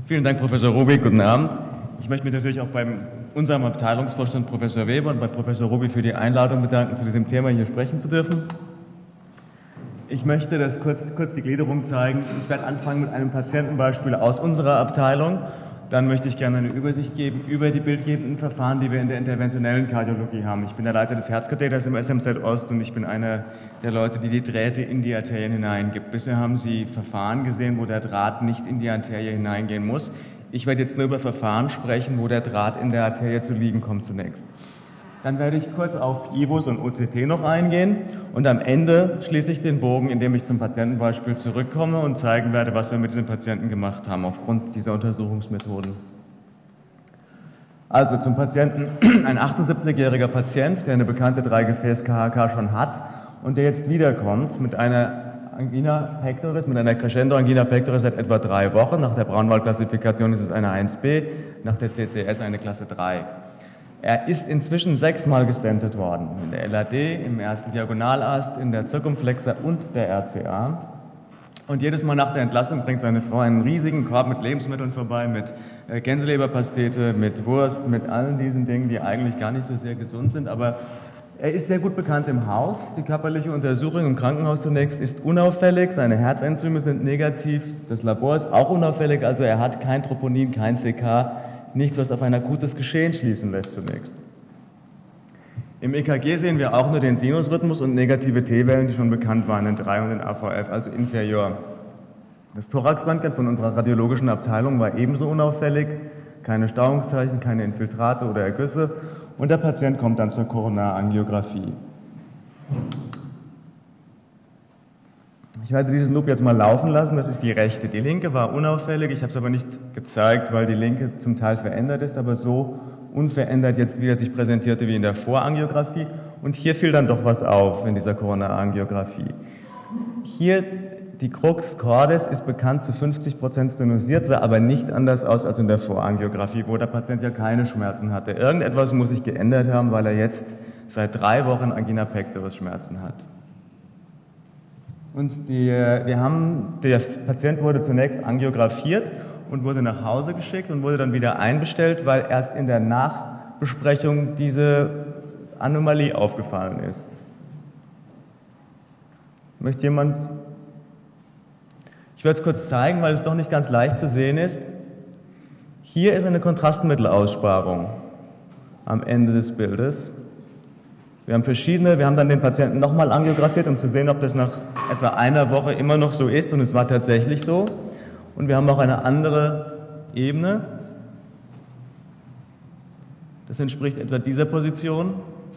Vielen Dank, Professor Ruby. Guten Abend. Ich möchte mich natürlich auch bei unserem Abteilungsvorstand Professor Weber und bei Professor Ruby für die Einladung bedanken, zu diesem Thema hier sprechen zu dürfen. Ich möchte das kurz die Gliederung zeigen. Ich werde anfangen mit einem Patientenbeispiel aus unserer Abteilung. Dann möchte ich gerne eine Übersicht geben über die bildgebenden Verfahren, die wir in der interventionellen Kardiologie haben. Ich bin der Leiter des Herzkatheters im SMZ Ost und ich bin einer der Leute, die die Drähte in die Arterien hineingibt. Bisher haben Sie Verfahren gesehen, wo der Draht nicht in die Arterie hineingehen muss. Ich werde jetzt nur über Verfahren sprechen, wo der Draht in der Arterie zu liegen kommt zunächst. Dann werde ich kurz auf IVUS und OCT noch eingehen und am Ende schließe ich den Bogen, indem ich zum Patientenbeispiel zurückkomme und zeigen werde, was wir mit diesem Patienten gemacht haben aufgrund dieser Untersuchungsmethoden. Also zum Patienten, ein 78-jähriger Patient, der eine bekannte 3-Gefäß-KHK schon hat und der jetzt wiederkommt mit einer Angina pectoris, mit einer Crescendo-Angina pectoris seit etwa 3 Wochen. Nach der Braunwald-Klassifikation ist es eine 1b, nach der CCS eine Klasse 3. Er ist inzwischen 6-mal gestentet worden, in der LAD, im ersten Diagonalast, in der Zirkumflexa und der RCA. Und jedes Mal nach der Entlassung bringt seine Frau einen riesigen Korb mit Lebensmitteln vorbei, mit Gänseleberpastete, mit Wurst, mit allen diesen Dingen, die eigentlich gar nicht so sehr gesund sind. Aber er ist sehr gut bekannt im Haus. Die körperliche Untersuchung im Krankenhaus zunächst ist unauffällig. Seine Herzenzyme sind negativ. Das Labor ist auch unauffällig. Also er hat kein Troponin, kein CK. Nichts, was auf ein akutes Geschehen schließen lässt zunächst. Im EKG sehen wir auch nur den Sinusrhythmus und negative T-Wellen, die schon bekannt waren in 3 und in AVF, also inferior. Das Thoraxröntgen von unserer radiologischen Abteilung war ebenso unauffällig, keine Stauungszeichen, keine Infiltrate oder Ergüsse und der Patient kommt dann zur Koronarangiographie. Ich werde diesen Loop jetzt mal laufen lassen, das ist die rechte. Die linke war unauffällig, ich habe es aber nicht gezeigt, weil die linke zum Teil verändert ist, aber so unverändert jetzt wieder sich präsentierte wie in der Vorangiographie. Und hier fiel dann doch was auf in dieser Koronarangiographie. Hier die Crux cordis ist bekannt zu 50% stenosiert, sah aber nicht anders aus als in der Vorangiographie, wo der Patient ja keine Schmerzen hatte. Irgendetwas muss sich geändert haben, weil er jetzt seit 3 Wochen Angina pectoris Schmerzen hat. Und der Patient wurde zunächst angiografiert und wurde nach Hause geschickt und wurde dann wieder einbestellt, weil erst in der Nachbesprechung diese Anomalie aufgefallen ist. Möchte jemand? Ich werde es kurz zeigen, weil es doch nicht ganz leicht zu sehen ist. Hier ist eine Kontrastmittelaussparung am Ende des Bildes. Wir haben dann den Patienten nochmal angiografiert, um zu sehen, ob das nach etwa einer Woche immer noch so ist. Und es war tatsächlich so. Und wir haben auch eine andere Ebene. Das entspricht etwa dieser Position.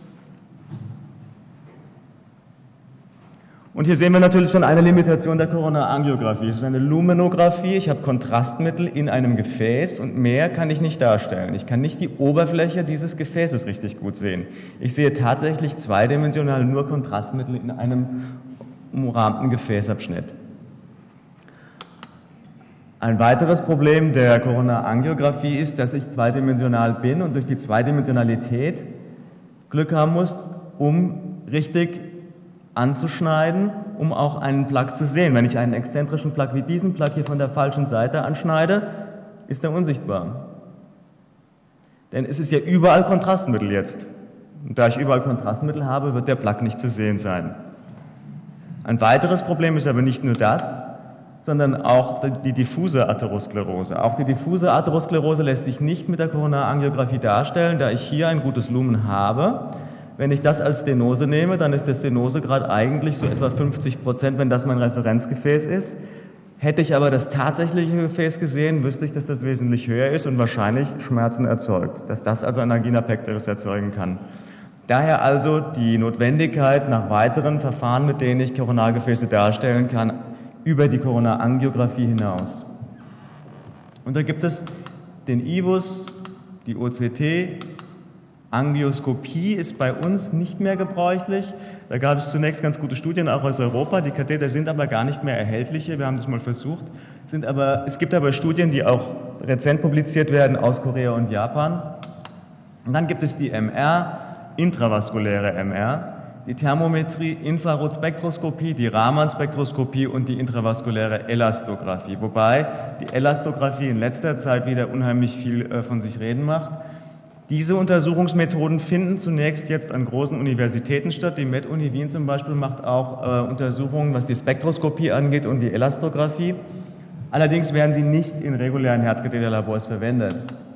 Und hier sehen wir natürlich schon eine Limitation der Koronarangiographie. Es ist eine Lumenographie. Ich habe Kontrastmittel in einem Gefäß und mehr kann ich nicht darstellen. Ich kann nicht die Oberfläche dieses Gefäßes richtig gut sehen. Ich sehe tatsächlich zweidimensional nur Kontrastmittel in einem umrahmten Gefäßabschnitt. Ein weiteres Problem der Koronarangiographie ist, dass ich zweidimensional bin und durch die Zweidimensionalität Glück haben muss, um richtig anzuschneiden, um auch einen Plak zu sehen. Wenn ich einen exzentrischen Plak wie diesen Plak hier von der falschen Seite anschneide, ist er unsichtbar. Denn es ist ja überall Kontrastmittel jetzt. Und da ich überall Kontrastmittel habe, wird der Plak nicht zu sehen sein. Ein weiteres Problem ist aber nicht nur das, sondern auch die diffuse Atherosklerose. Auch die diffuse Atherosklerose lässt sich nicht mit der Koronarangiographie darstellen, da ich hier ein gutes Lumen habe. Wenn ich das als Stenose nehme, dann ist der Stenosegrad eigentlich so etwa 50%, wenn das mein Referenzgefäß ist. Hätte ich aber das tatsächliche Gefäß gesehen, wüsste ich, dass das wesentlich höher ist und wahrscheinlich Schmerzen erzeugt, dass das also eine Angina pectoris erzeugen kann. Daher also die Notwendigkeit nach weiteren Verfahren, mit denen ich Koronargefäße darstellen kann, über die Koronarangiographie hinaus. Und da gibt es den IVUS, die OCT, Angioskopie ist bei uns nicht mehr gebräuchlich. Da gab es zunächst ganz gute Studien, auch aus Europa. Die Katheter sind aber gar nicht mehr erhältlich hier. Wir haben das mal versucht. Es gibt aber Studien, die auch rezent publiziert werden aus Korea und Japan. Und dann gibt es die MR, intravaskuläre MR. die Thermometrie, Infrarotspektroskopie, die Raman-Spektroskopie und die intravaskuläre Elastographie. Wobei die Elastographie in letzter Zeit wieder unheimlich viel von sich reden macht. Diese Untersuchungsmethoden finden zunächst jetzt an großen Universitäten statt. Die Med-Uni Wien zum Beispiel macht auch Untersuchungen, was die Spektroskopie angeht und die Elastographie. Allerdings werden sie nicht in regulären Herzkatheterlabors verwendet.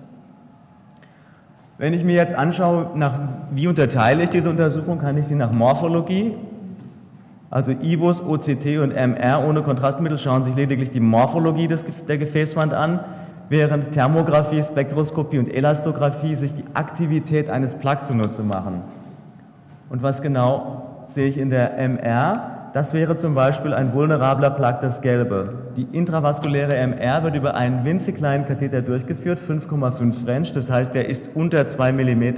Wenn ich mir jetzt anschaue, wie unterteile ich diese Untersuchung, kann ich sie nach Morphologie, also IVUS, OCT und MR ohne Kontrastmittel schauen sich lediglich die Morphologie der Gefäßwand an, während Thermographie, Spektroskopie und Elastographie sich die Aktivität eines Plaque zunutze machen. Und was genau sehe ich in der MR? Das wäre zum Beispiel ein vulnerabler Plaque, das Gelbe. Die intravaskuläre MR wird über einen winzig kleinen Katheter durchgeführt, 5,5 French, das heißt, der ist unter 2 mm.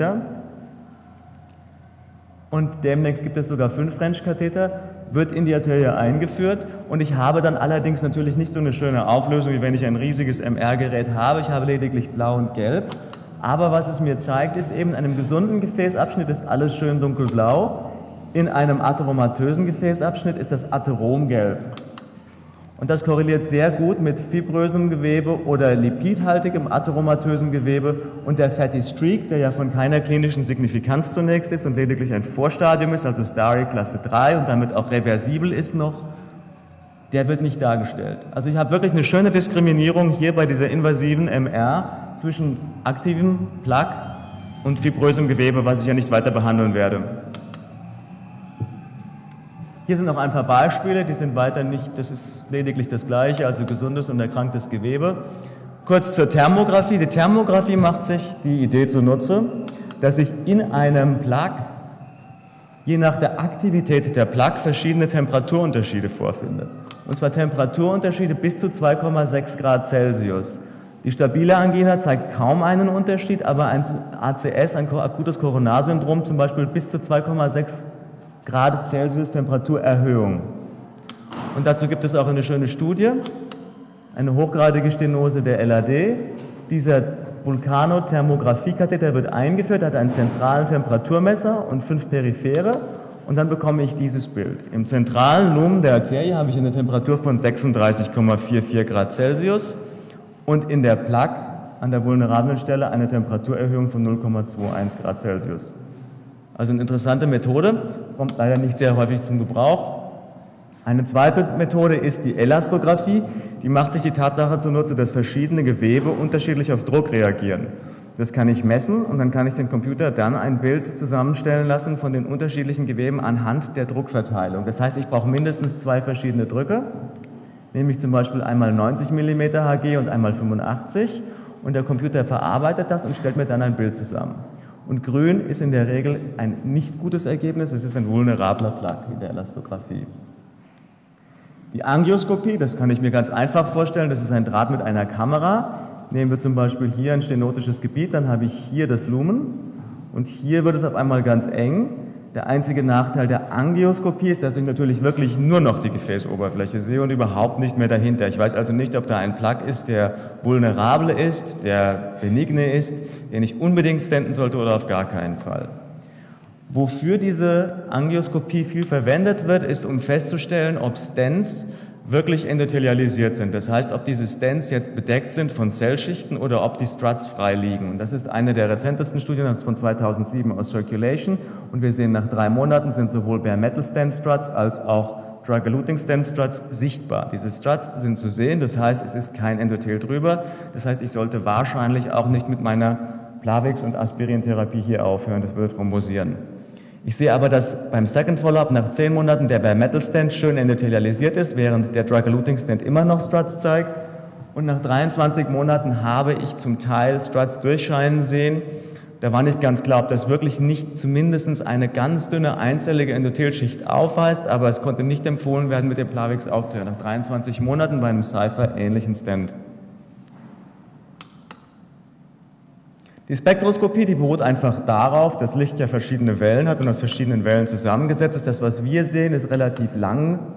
Und demnächst gibt es sogar 5 French-Katheter, wird in die Arterie eingeführt und ich habe dann allerdings natürlich nicht so eine schöne Auflösung, wie wenn ich ein riesiges MR-Gerät habe. Ich habe lediglich blau und gelb. Aber was es mir zeigt, ist eben, in einem gesunden Gefäßabschnitt ist alles schön dunkelblau. In einem atheromatösen Gefäßabschnitt ist das Atheromgelb. Und das korreliert sehr gut mit fibrösem Gewebe oder lipidhaltigem atheromatösem Gewebe. Und der Fatty Streak, der ja von keiner klinischen Signifikanz zunächst ist und lediglich ein Vorstadium ist, also Starry Klasse 3 und damit auch reversibel ist noch, der wird nicht dargestellt. Also ich habe wirklich eine schöne Diskriminierung hier bei dieser invasiven MR zwischen aktivem Plaque und fibrösem Gewebe, was ich ja nicht weiter behandeln werde. Hier sind noch ein paar Beispiele, die sind weiter nicht, das ist lediglich das Gleiche, also gesundes und erkranktes Gewebe. Kurz zur Thermographie. Die Thermographie macht sich die Idee zunutze, dass sich in einem Plaque, je nach der Aktivität der Plaque, verschiedene Temperaturunterschiede vorfinden. Und zwar Temperaturunterschiede bis zu 2,6 Grad Celsius. Die stabile Angina zeigt kaum einen Unterschied, aber ein ACS, ein akutes Coronarsyndrom, zum Beispiel bis zu 2,6 Grad Celsius Temperaturerhöhung. Und dazu gibt es auch eine schöne Studie, eine hochgradige Stenose der LAD. Dieser Vulkanothermographie-Katheter wird eingeführt, hat einen zentralen Temperaturmesser und 5 periphere. Und dann bekomme ich dieses Bild. Im zentralen Lumen der Arterie habe ich eine Temperatur von 36,44 Grad Celsius und in der Plaque an der vulnerablen Stelle eine Temperaturerhöhung von 0,21 Grad Celsius. Also eine interessante Methode, kommt leider nicht sehr häufig zum Gebrauch. Eine zweite Methode ist die Elastographie. Die macht sich die Tatsache zunutze, dass verschiedene Gewebe unterschiedlich auf Druck reagieren. Das kann ich messen und dann kann ich den Computer dann ein Bild zusammenstellen lassen von den unterschiedlichen Geweben anhand der Druckverteilung. Das heißt, ich brauche mindestens 2 verschiedene Drücke, nämlich zum Beispiel einmal 90 mm Hg und einmal 85 und der Computer verarbeitet das und stellt mir dann ein Bild zusammen. Und grün ist in der Regel ein nicht gutes Ergebnis, es ist ein vulnerabler Plaque in der Elastographie. Die Angioskopie, das kann ich mir ganz einfach vorstellen, das ist ein Draht mit einer Kamera. Nehmen wir zum Beispiel hier ein stenotisches Gebiet, dann habe ich hier das Lumen und hier wird es auf einmal ganz eng. Der einzige Nachteil der Angioskopie ist, dass ich natürlich wirklich nur noch die Gefäßoberfläche sehe und überhaupt nicht mehr dahinter. Ich weiß also nicht, ob da ein Plaque ist, der vulnerable ist, der benigne ist, den ich unbedingt stenten sollte oder auf gar keinen Fall. Wofür diese Angioskopie viel verwendet wird, ist, um festzustellen, ob Stents wirklich endothelialisiert sind. Das heißt, ob diese Stents jetzt bedeckt sind von Zellschichten oder ob die Struts frei liegen. Und das ist eine der rezentesten Studien, das ist von 2007 aus Circulation. Und wir sehen, nach 3 Monaten sind sowohl Bare Metal Stent Struts als auch Drug-Eluting Stent Struts sichtbar. Diese Struts sind zu sehen, das heißt, es ist kein Endothel drüber. Das heißt, ich sollte wahrscheinlich auch nicht mit meiner Plavix- und Aspirintherapie hier aufhören, das würde thrombosieren. Ich sehe aber, dass beim Second Follow-up nach 10 Monaten der Bare Metal Stent schön endothelialisiert ist, während der Drug-Eluting Stent immer noch Struts zeigt. Und nach 23 Monaten habe ich zum Teil Struts durchscheinen sehen. Da war nicht ganz klar, ob das wirklich nicht zumindest eine ganz dünne einzellige Endothelschicht aufweist, aber es konnte nicht empfohlen werden, mit dem Plavix aufzuhören. Nach 23 Monaten bei einem Cypher-ähnlichen Stent. Die Spektroskopie, die beruht einfach darauf, dass Licht ja verschiedene Wellen hat und aus verschiedenen Wellen zusammengesetzt ist. Das, was wir sehen, ist relativ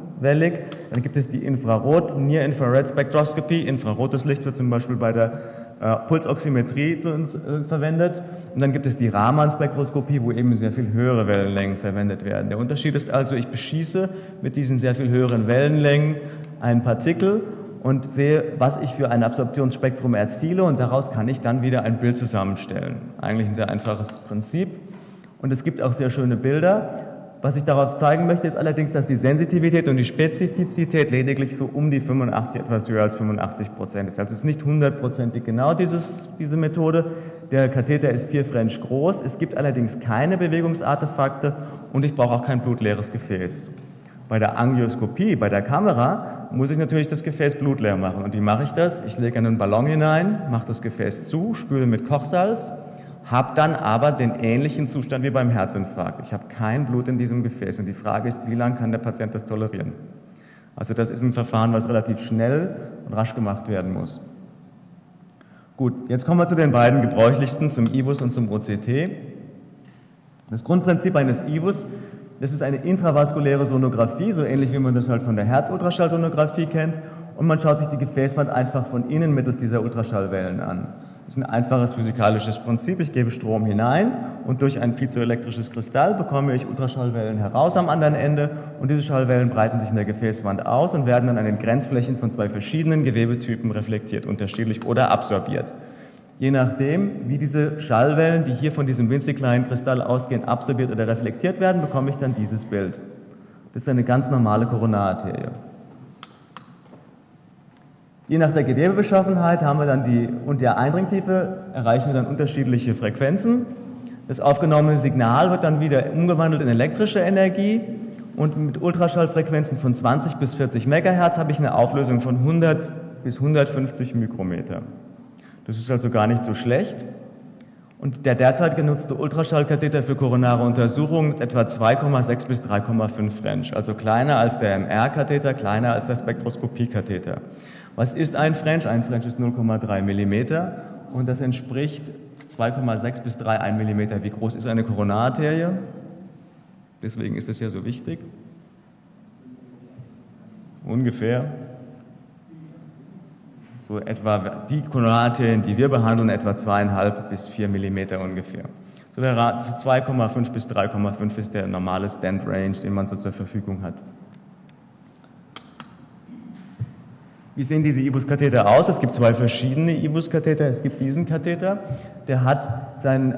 langwellig. Dann gibt es die Infrarot-Near-Infrared Spektroskopie. Infrarotes Licht wird zum Beispiel bei der Pulsoximetrie verwendet. Und dann gibt es die Raman-Spektroskopie, wo eben sehr viel höhere Wellenlängen verwendet werden. Der Unterschied ist also, ich beschieße mit diesen sehr viel höheren Wellenlängen ein Partikel und sehe, was ich für ein Absorptionsspektrum erziele, und daraus kann ich dann wieder ein Bild zusammenstellen. Eigentlich ein sehr einfaches Prinzip, und es gibt auch sehr schöne Bilder. Was ich darauf zeigen möchte, ist allerdings, dass die Sensitivität und die Spezifizität lediglich so um die 85, etwas höher als 85% ist. Also es ist nicht 100%ig genau diese Methode. Der Katheter ist 4 French groß, es gibt allerdings keine Bewegungsartefakte und ich brauche auch kein blutleeres Gefäß. Bei der Angioskopie, bei der Kamera, muss ich natürlich das Gefäß blutleer machen. Und wie mache ich das? Ich lege einen Ballon hinein, mache das Gefäß zu, spüle mit Kochsalz, habe dann aber den ähnlichen Zustand wie beim Herzinfarkt. Ich habe kein Blut in diesem Gefäß und die Frage ist, wie lange kann der Patient das tolerieren? Also das ist ein Verfahren, was relativ schnell und rasch gemacht werden muss. Gut, jetzt kommen wir zu den beiden gebräuchlichsten, zum IVUS und zum OCT. Das Grundprinzip eines IVUS, das ist eine intravaskuläre Sonographie, so ähnlich wie man das halt von der Herzultraschallsonographie kennt, und man schaut sich die Gefäßwand einfach von innen mittels dieser Ultraschallwellen an. Das ist ein einfaches physikalisches Prinzip. Ich gebe Strom hinein und durch ein piezoelektrisches Kristall bekomme ich Ultraschallwellen heraus am anderen Ende, und diese Schallwellen breiten sich in der Gefäßwand aus und werden dann an den Grenzflächen von 2 verschiedenen Gewebetypen reflektiert, unterschiedlich oder absorbiert. Je nachdem, wie diese Schallwellen, die hier von diesem winzig kleinen Kristall ausgehen, absorbiert oder reflektiert werden, bekomme ich dann dieses Bild. Das ist eine ganz normale Koronararterie. Je nach der Gewebebeschaffenheit haben wir dann und der Eindringtiefe erreichen wir dann unterschiedliche Frequenzen. Das aufgenommene Signal wird dann wieder umgewandelt in elektrische Energie, und mit Ultraschallfrequenzen von 20 bis 40 Megahertz habe ich eine Auflösung von 100 bis 150 Mikrometer. Das ist also gar nicht so schlecht. Und der derzeit genutzte Ultraschallkatheter für koronare Untersuchungen ist etwa 2,6 bis 3,5 French, also kleiner als der MR-Katheter, kleiner als der Spektroskopiekatheter. Was ist ein French? Ein French ist 0,3 mm und das entspricht 2,6 bis 3,1 mm. Wie groß ist eine Koronararterie? Deswegen ist es ja so wichtig. Ungefähr. So etwa die Koronararterien, die wir behandeln, etwa 2,5 bis 4 mm ungefähr. So der 2,5 bis 3,5 ist der normale Stand Range, den man so zur Verfügung hat. Wie sehen diese IVUS-Katheter aus? Es gibt 2 verschiedene IVUS-Katheter. Es gibt diesen Katheter, der hat seinen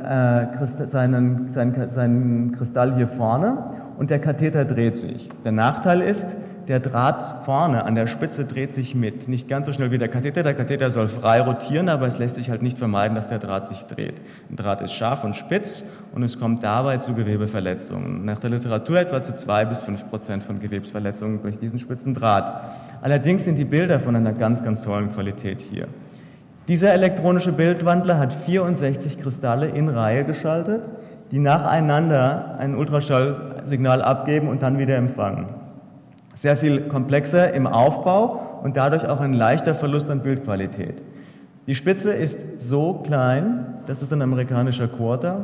Kristall hier vorne und der Katheter dreht sich. Der Nachteil ist, der Draht vorne an der Spitze dreht sich mit. Nicht ganz so schnell wie der Katheter. Der Katheter soll frei rotieren, aber es lässt sich halt nicht vermeiden, dass der Draht sich dreht. Ein Draht ist scharf und spitz und es kommt dabei zu Gewebeverletzungen. Nach der Literatur etwa zu 2 bis 5% von Gewebsverletzungen durch diesen spitzen Draht. Allerdings sind die Bilder von einer ganz, ganz tollen Qualität hier. Dieser elektronische Bildwandler hat 64 Kristalle in Reihe geschaltet, die nacheinander ein Ultraschallsignal abgeben und dann wieder empfangen. Sehr viel komplexer im Aufbau und dadurch auch ein leichter Verlust an Bildqualität. Die Spitze ist so klein, das ist ein amerikanischer Quarter.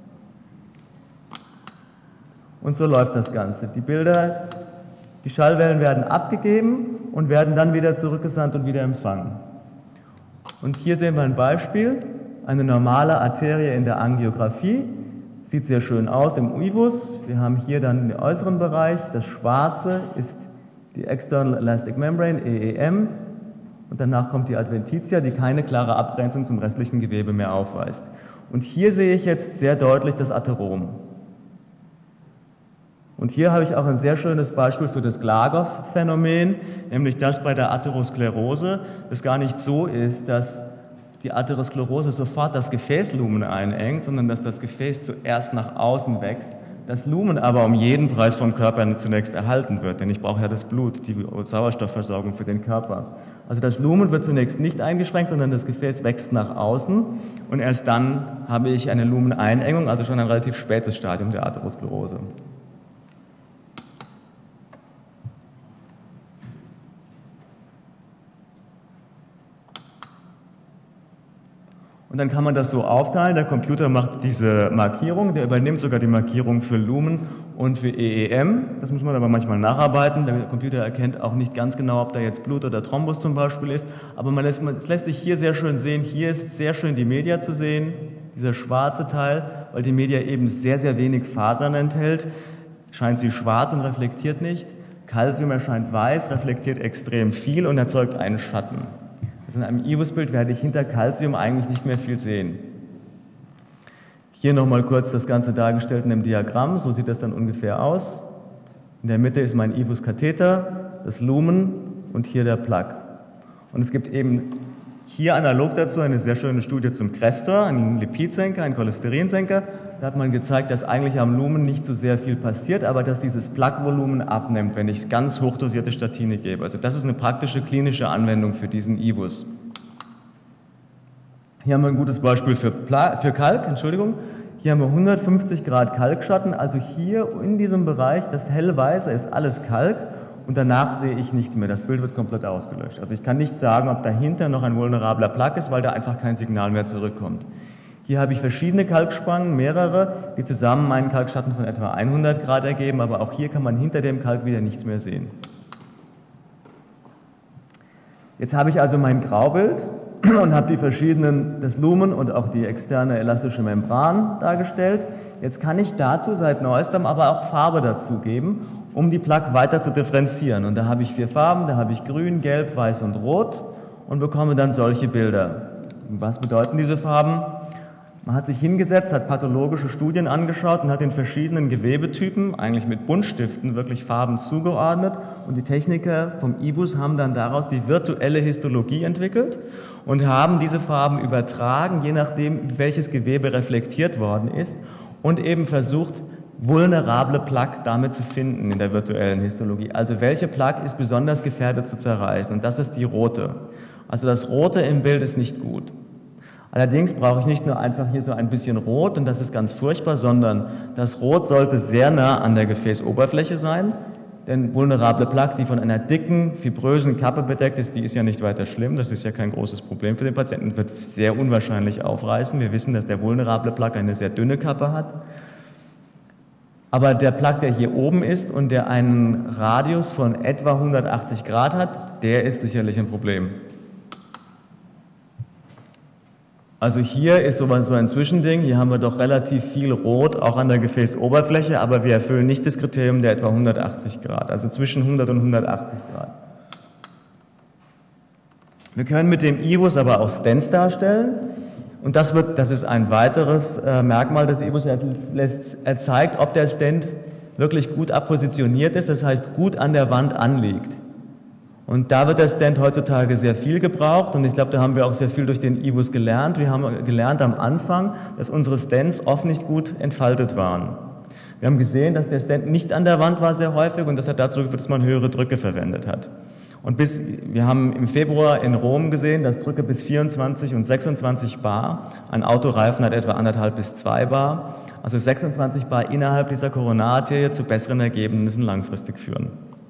Und so läuft das Ganze. Die Schallwellen werden abgegeben und werden dann wieder zurückgesandt und wieder empfangen. Und hier sehen wir ein Beispiel, eine normale Arterie in der Angiografie. Sieht sehr schön aus im IVUS. Wir haben hier dann den äußeren Bereich. Das Schwarze ist die External Elastic Membrane, EEM. Und danach kommt die Adventitia, die keine klare Abgrenzung zum restlichen Gewebe mehr aufweist. Und hier sehe ich jetzt sehr deutlich das Atherom. Und hier habe ich auch ein sehr schönes Beispiel für das Glagow-Phänomen, nämlich dass bei der Atherosklerose es gar nicht so ist, dass die Atherosklerose sofort das Gefäßlumen einengt, sondern dass das Gefäß zuerst nach außen wächst, das Lumen aber um jeden Preis vom Körper zunächst erhalten wird, denn ich brauche ja das Blut, die Sauerstoffversorgung für den Körper. Also das Lumen wird zunächst nicht eingeschränkt, sondern das Gefäß wächst nach außen und erst dann habe ich eine Lumeneinengung, also schon ein relativ spätes Stadium der Atherosklerose. Und dann kann man das so aufteilen, der Computer macht diese Markierung, der übernimmt sogar die Markierung für Lumen und für EEM. Das muss man aber manchmal nacharbeiten. Der Computer erkennt auch nicht ganz genau, ob da jetzt Blut oder Thrombus zum Beispiel ist. Aber es lässt sich hier sehr schön sehen. Hier ist sehr schön die Media zu sehen, dieser schwarze Teil, weil die Media eben sehr, sehr wenig Fasern enthält. Scheint sie schwarz und reflektiert nicht. Calcium erscheint weiß, reflektiert extrem viel und erzeugt einen Schatten. Also in einem IVUS-Bild werde ich hinter Calcium eigentlich nicht mehr viel sehen. Hier nochmal kurz das Ganze dargestellt in einem Diagramm, so sieht das dann ungefähr aus. In der Mitte ist mein IVUS-Katheter, das Lumen und hier der Plug. Und es gibt eben hier analog dazu eine sehr schöne Studie zum Crestor, einen Lipidsenker, einen Cholesterinsenker. Da hat man gezeigt, dass eigentlich am Lumen nicht so sehr viel passiert, aber dass dieses Plug-Volumen abnimmt, wenn ich ganz hochdosierte Statine gebe. Also das ist eine praktische klinische Anwendung für diesen IVUS. Hier haben wir ein gutes Beispiel für Kalk, Hier haben wir 150 Grad Kalkschatten, also hier in diesem Bereich, das hellweiße ist alles Kalk und danach sehe ich nichts mehr. Das Bild wird komplett ausgelöscht. Also ich kann nicht sagen, ob dahinter noch ein vulnerabler Plug ist, weil da einfach kein Signal mehr zurückkommt. Hier habe ich verschiedene Kalkspangen, mehrere, die zusammen einen Kalkschatten von etwa 100 Grad ergeben, aber auch hier kann man hinter dem Kalk wieder nichts mehr sehen. Jetzt habe ich also mein Graubild und habe die verschiedenen, das Lumen und auch die externe elastische Membran dargestellt. Jetzt kann ich dazu seit neuestem aber auch Farbe dazugeben, um die Plaque weiter zu differenzieren. Und da habe ich 4 Farben, da habe ich grün, gelb, weiß und rot und bekomme dann solche Bilder. Was bedeuten diese Farben? Man hat sich hingesetzt, hat pathologische Studien angeschaut und hat den verschiedenen Gewebetypen, eigentlich mit Buntstiften, wirklich Farben zugeordnet. Und die Techniker vom IVUS haben dann daraus die virtuelle Histologie entwickelt und haben diese Farben übertragen, je nachdem, welches Gewebe reflektiert worden ist, und eben versucht, vulnerable Plaque damit zu finden in der virtuellen Histologie. Also welche Plaque ist besonders gefährdet zu zerreißen? Und das ist die rote. Also das Rote im Bild ist nicht gut. Allerdings brauche ich nicht nur einfach hier so ein bisschen Rot und das ist ganz furchtbar, sondern das Rot sollte sehr nah an der Gefäßoberfläche sein, denn vulnerable Plaque, die von einer dicken, fibrösen Kappe bedeckt ist, die ist ja nicht weiter schlimm, das ist ja kein großes Problem für den Patienten, wird sehr unwahrscheinlich aufreißen. Wir wissen, dass der vulnerable Plaque eine sehr dünne Kappe hat. Aber der Plaque, der hier oben ist und der einen Radius von etwa 180 Grad hat, der ist sicherlich ein Problem. Also hier ist so ein Zwischending, hier haben wir doch relativ viel Rot, auch an der Gefäßoberfläche, aber wir erfüllen nicht das Kriterium der etwa 180 Grad, also zwischen 100 und 180 Grad. Wir können mit dem IVUS aber auch Stents darstellen und das ist ein weiteres Merkmal des IVUS, er zeigt, ob der Stent wirklich gut appositioniert ist, das heißt gut an der Wand anliegt. Und da wird der Stent heutzutage sehr viel gebraucht und ich glaube, da haben wir auch sehr viel durch den IVUS gelernt. Wir haben gelernt am Anfang, dass unsere Stents oft nicht gut entfaltet waren. Wir haben gesehen, dass der Stent nicht an der Wand war sehr häufig und das hat dazu geführt, dass man höhere Drücke verwendet hat. Und wir haben im Februar in Rom gesehen, dass Drücke bis 24 und 26 Bar, ein Autoreifen hat etwa 1,5 bis 2 Bar, also 26 Bar innerhalb dieser Koronararterie zu besseren Ergebnissen langfristig führen.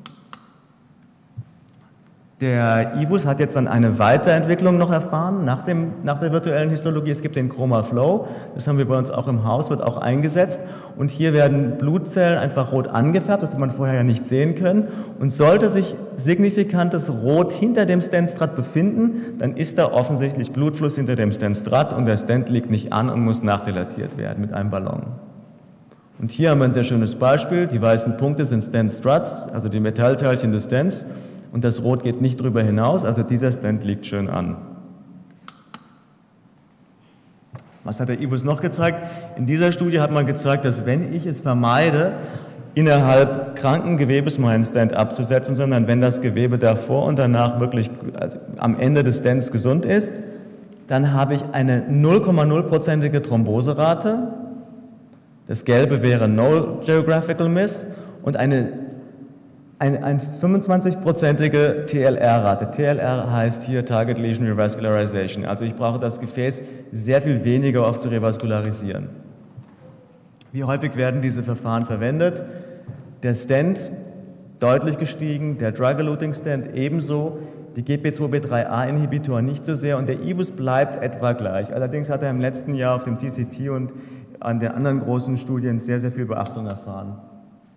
Der IVUS hat jetzt dann eine Weiterentwicklung noch erfahren nach der virtuellen Histologie. Es gibt den Chroma Flow, das haben wir bei uns auch im Haus, wird auch eingesetzt. Und hier werden Blutzellen einfach rot angefärbt, das hat man vorher ja nicht sehen können. Und sollte sich signifikantes Rot hinter dem Stentstrat befinden, dann ist da offensichtlich Blutfluss hinter dem Stentstrat und der Stent liegt nicht an und muss nachdilatiert werden mit einem Ballon. Und hier haben wir ein sehr schönes Beispiel. Die weißen Punkte sind Stent-Struts, also die Metallteilchen des Stents. Und das Rot geht nicht drüber hinaus, also dieser Stent liegt schön an. Was hat der IVUS noch gezeigt? In dieser Studie hat man gezeigt, dass wenn ich es vermeide, innerhalb kranken Gewebes meinen Stent abzusetzen, sondern wenn das Gewebe davor und danach wirklich am Ende des Stents gesund ist, dann habe ich eine 0,0%ige Thromboserate. Das Gelbe wäre No Geographical Miss und eine 25%ige TLR-Rate. TLR heißt hier Target Lesion Revascularization. Also ich brauche das Gefäß sehr viel weniger oft zu revaskularisieren. Wie häufig werden diese Verfahren verwendet? Der Stent deutlich gestiegen, der Drug-Eluting Stent ebenso, die GP2B3A-Inhibitoren nicht so sehr und der IVUS bleibt etwa gleich. Allerdings hat er im letzten Jahr auf dem TCT und an den anderen großen Studien sehr, sehr viel Beachtung erfahren.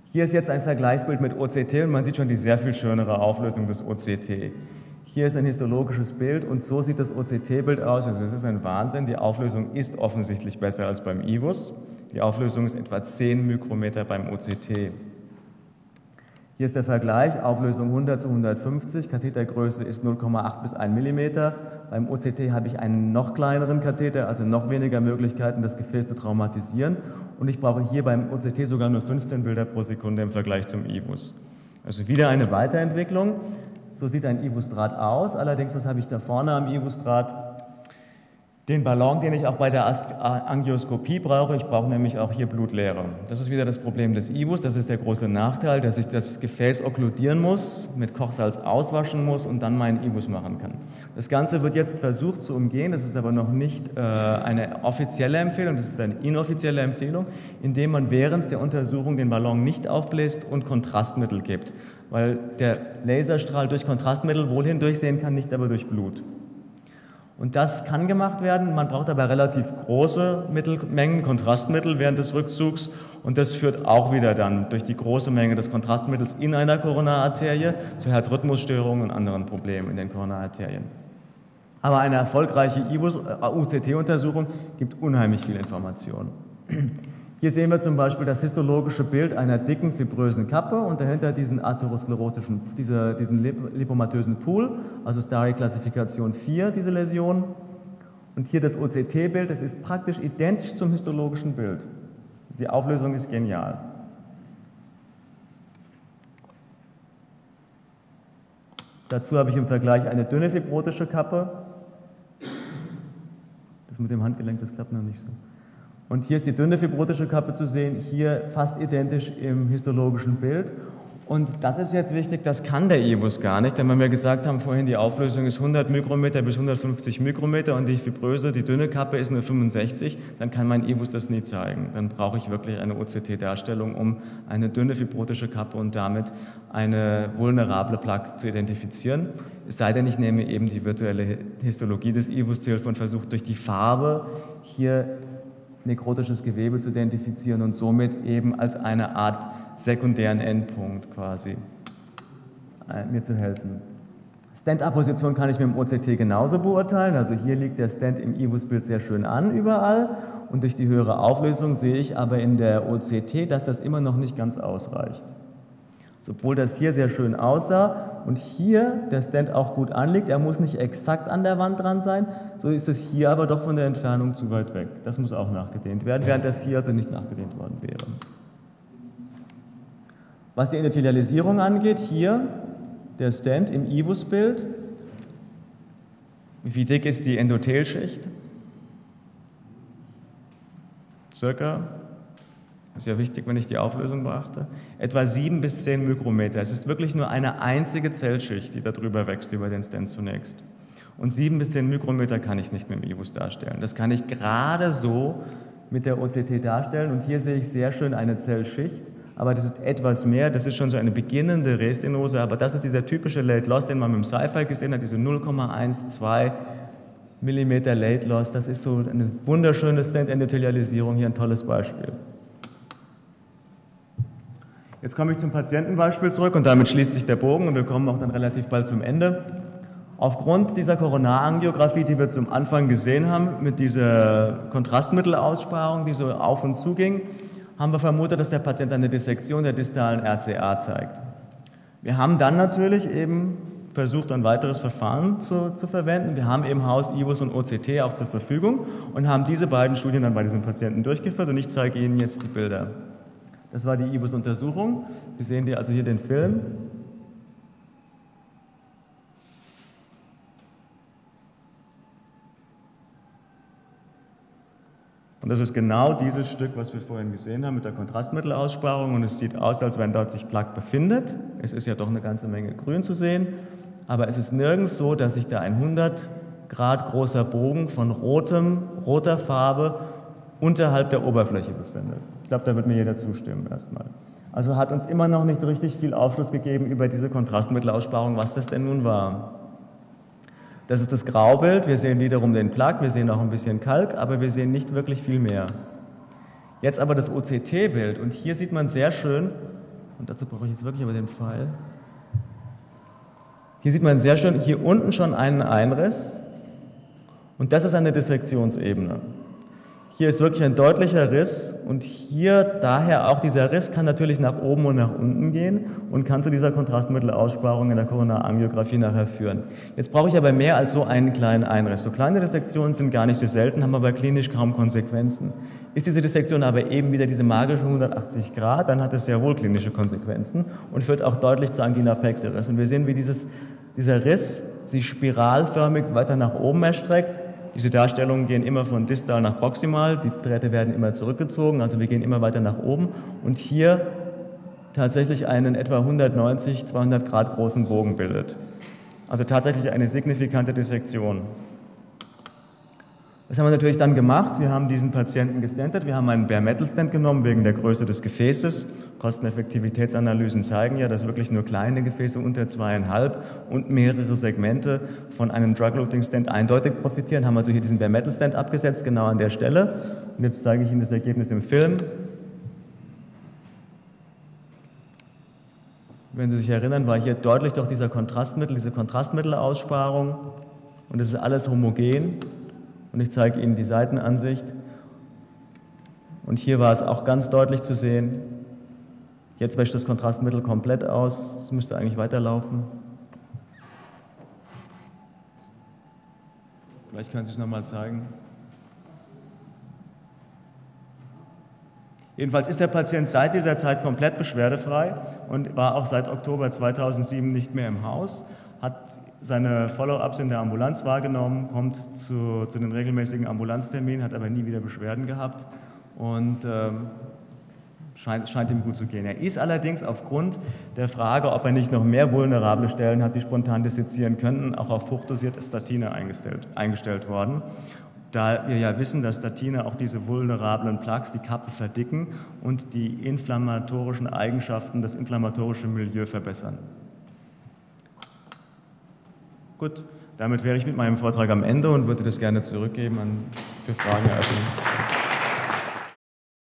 Hier ist jetzt ein Vergleichsbild mit OCT und man sieht schon die sehr viel schönere Auflösung des OCT. Hier ist ein histologisches Bild und so sieht das OCT-Bild aus. Also es ist ein Wahnsinn, die Auflösung ist offensichtlich besser als beim IVUS. Die Auflösung ist etwa 10 Mikrometer beim OCT. Hier ist der Vergleich, Auflösung 100 zu 150, Kathetergröße ist 0,8 bis 1 mm. Beim OCT habe ich einen noch kleineren Katheter, also noch weniger Möglichkeiten, das Gefäß zu traumatisieren. Und ich brauche hier beim OCT sogar nur 15 Bilder pro Sekunde im Vergleich zum IVUS. Also wieder eine Weiterentwicklung. So sieht ein IVUS-Draht aus. Allerdings, was habe ich da vorne am IVUS-Draht? Den Ballon, den ich auch bei der Angioskopie brauche. Ich brauche nämlich auch hier Blutleere. Das ist wieder das Problem des IVUS. Das ist der große Nachteil, dass ich das Gefäß okkludieren muss, mit Kochsalz auswaschen muss und dann meinen IVUS machen kann. Das Ganze wird jetzt versucht zu umgehen. Das ist aber noch nicht eine offizielle Empfehlung, das ist eine inoffizielle Empfehlung, indem man während der Untersuchung den Ballon nicht aufbläst und Kontrastmittel gibt. Weil der Laserstrahl durch Kontrastmittel wohl hindurchsehen kann, nicht aber durch Blut. Und das kann gemacht werden, man braucht aber relativ große Mengen Kontrastmittel während des Rückzugs und das führt auch wieder dann durch die große Menge des Kontrastmittels in einer Koronararterie zu Herzrhythmusstörungen und anderen Problemen in den Koronararterien. Aber eine erfolgreiche UCT-Untersuchung gibt unheimlich viel Information. Hier sehen wir zum Beispiel das histologische Bild einer dicken, fibrösen Kappe und dahinter diesen diesen lipomatösen Pool, also Starry-Klassifikation 4, diese Läsion. Und hier das OCT-Bild, das ist praktisch identisch zum histologischen Bild. Also die Auflösung ist genial. Dazu habe ich im Vergleich eine dünne fibrotische Kappe. Das mit dem Handgelenk, das klappt noch nicht so. Und hier ist die dünne fibrotische Kappe zu sehen, hier fast identisch im histologischen Bild. Und das ist jetzt wichtig, das kann der IVUS gar nicht, denn wenn wir gesagt haben vorhin, die Auflösung ist 100 Mikrometer bis 150 Mikrometer und die fibröse, die dünne Kappe ist nur 65, dann kann mein IVUS das nie zeigen. Dann brauche ich wirklich eine OCT-Darstellung, um eine dünne fibrotische Kappe und damit eine vulnerable Plaque zu identifizieren. Es sei denn, ich nehme eben die virtuelle Histologie des IVUS zu Hilfe und versuche durch die Farbe hier nekrotisches Gewebe zu identifizieren und somit eben als eine Art sekundären Endpunkt quasi mir zu helfen. Stent-Apposition kann ich mit dem OCT genauso beurteilen, also hier liegt der Stent im IVUS-Bild sehr schön an überall und durch die höhere Auflösung sehe ich aber in der OCT, dass das immer noch nicht ganz ausreicht. Obwohl das hier sehr schön aussah und hier der Stent auch gut anliegt, er muss nicht exakt an der Wand dran sein, so ist es hier aber doch von der Entfernung zu weit weg. Das muss auch nachgedehnt werden, während das hier also nicht nachgedehnt worden wäre. Was die Endothelialisierung angeht, hier der Stent im IVUS-Bild. Wie dick ist die Endothelschicht? Circa. Das ist ja wichtig, wenn ich die Auflösung beachte. Etwa 7 bis 10 Mikrometer. Es ist wirklich nur eine einzige Zellschicht, die darüber wächst, über den Stent zunächst. Und 7 bis 10 Mikrometer kann ich nicht mit dem IVUS darstellen. Das kann ich gerade so mit der OCT darstellen. Und hier sehe ich sehr schön eine Zellschicht. Aber das ist etwas mehr, das ist schon so eine beginnende Restenose. Aber das ist dieser typische Late Loss, den man mit dem Sci-Fi gesehen hat, diese 0,12 Millimeter Late Loss. Das ist so eine wunderschöne Stent-Endothelialisierung, hier ein tolles Beispiel. Jetzt komme ich zum Patientenbeispiel zurück und damit schließt sich der Bogen und wir kommen auch dann relativ bald zum Ende. Aufgrund dieser Koronarangiographie, die wir zum Anfang gesehen haben, mit dieser Kontrastmittelaussparung, die so auf und zu ging, haben wir vermutet, dass der Patient eine Dissektion der distalen RCA zeigt. Wir haben dann natürlich eben versucht, ein weiteres Verfahren zu verwenden. Wir haben im Haus IVUS und OCT auch zur Verfügung und haben diese beiden Studien dann bei diesem Patienten durchgeführt und ich zeige Ihnen jetzt die Bilder. Das war die IVUS-Untersuchung. Sie sehen also hier den Film. Und das ist genau dieses Stück, was wir vorhin gesehen haben mit der Kontrastmittelaussparung. Und es sieht aus, als wenn dort sich Plaque befindet. Es ist ja doch eine ganze Menge Grün zu sehen. Aber es ist nirgends so, dass sich da ein 100 Grad großer Bogen von roter Farbe unterhalb der Oberfläche befindet. Ich glaube, da wird mir jeder zustimmen erstmal. Also hat uns immer noch nicht richtig viel Aufschluss gegeben über diese Kontrastmittelaussparung, was das denn nun war. Das ist das Graubild, wir sehen wiederum den Plaque, wir sehen auch ein bisschen Kalk, aber wir sehen nicht wirklich viel mehr. Jetzt aber das OCT-Bild und hier sieht man sehr schön, Und dazu brauche ich jetzt wirklich aber den Pfeil. Hier sieht man sehr schön, hier unten schon einen Einriss. Und das ist eine Dissektionsebene. Hier ist wirklich ein deutlicher Riss und hier daher auch dieser Riss kann natürlich nach oben und nach unten gehen und kann zu dieser Kontrastmittelaussparung in der Koronarangiographie nachher führen. Jetzt brauche ich aber mehr als so einen kleinen Einriss. So kleine Dissektionen sind gar nicht so selten, haben aber klinisch kaum Konsequenzen. Ist diese Dissektion aber eben wieder diese magische 180 Grad, dann hat es sehr wohl klinische Konsequenzen und führt auch deutlich zu Angina pectoris. Und wir sehen, wie dieser Riss sich spiralförmig weiter nach oben erstreckt. Diese Darstellungen gehen immer von distal nach proximal, die Drähte werden immer zurückgezogen, also wir gehen immer weiter nach oben und hier tatsächlich einen etwa 190, 200 Grad großen Bogen bildet. Also tatsächlich eine signifikante Dissektion. Das haben wir natürlich dann gemacht. Wir haben diesen Patienten gestentet. Wir haben einen Bare-Metal-Stent genommen wegen der Größe des Gefäßes. Kosteneffektivitätsanalysen zeigen ja, dass wirklich nur kleine Gefäße unter 2,5 und mehrere Segmente von einem Drug-Loading-Stent eindeutig profitieren. Haben also hier diesen Bare-Metal-Stent abgesetzt, genau an der Stelle. Und jetzt zeige ich Ihnen das Ergebnis im Film. Wenn Sie sich erinnern, war hier deutlich doch diese Kontrastmittelaussparung. Und es ist alles homogen. Und ich zeige Ihnen die Seitenansicht. Und hier war es auch ganz deutlich zu sehen. Jetzt wäscht das Kontrastmittel komplett aus. Es müsste eigentlich weiterlaufen. Vielleicht können Sie es nochmal zeigen. Jedenfalls ist der Patient seit dieser Zeit komplett beschwerdefrei und war auch seit Oktober 2007 nicht mehr im Haus, hat seine Follow-ups in der Ambulanz wahrgenommen, kommt zu den regelmäßigen Ambulanzterminen, hat aber nie wieder Beschwerden gehabt und scheint ihm gut zu gehen. Er ist allerdings aufgrund der Frage, ob er nicht noch mehr vulnerable Stellen hat, die spontan dissezieren könnten, auch auf hochdosierte Statine eingestellt worden. Da wir ja wissen, dass Statine auch diese vulnerablen Plaques, die Kappe verdicken und die inflammatorischen Eigenschaften, das inflammatorische Milieu verbessern. Gut, damit wäre ich mit meinem Vortrag am Ende und würde das gerne zurückgeben für Fragen eröffnen.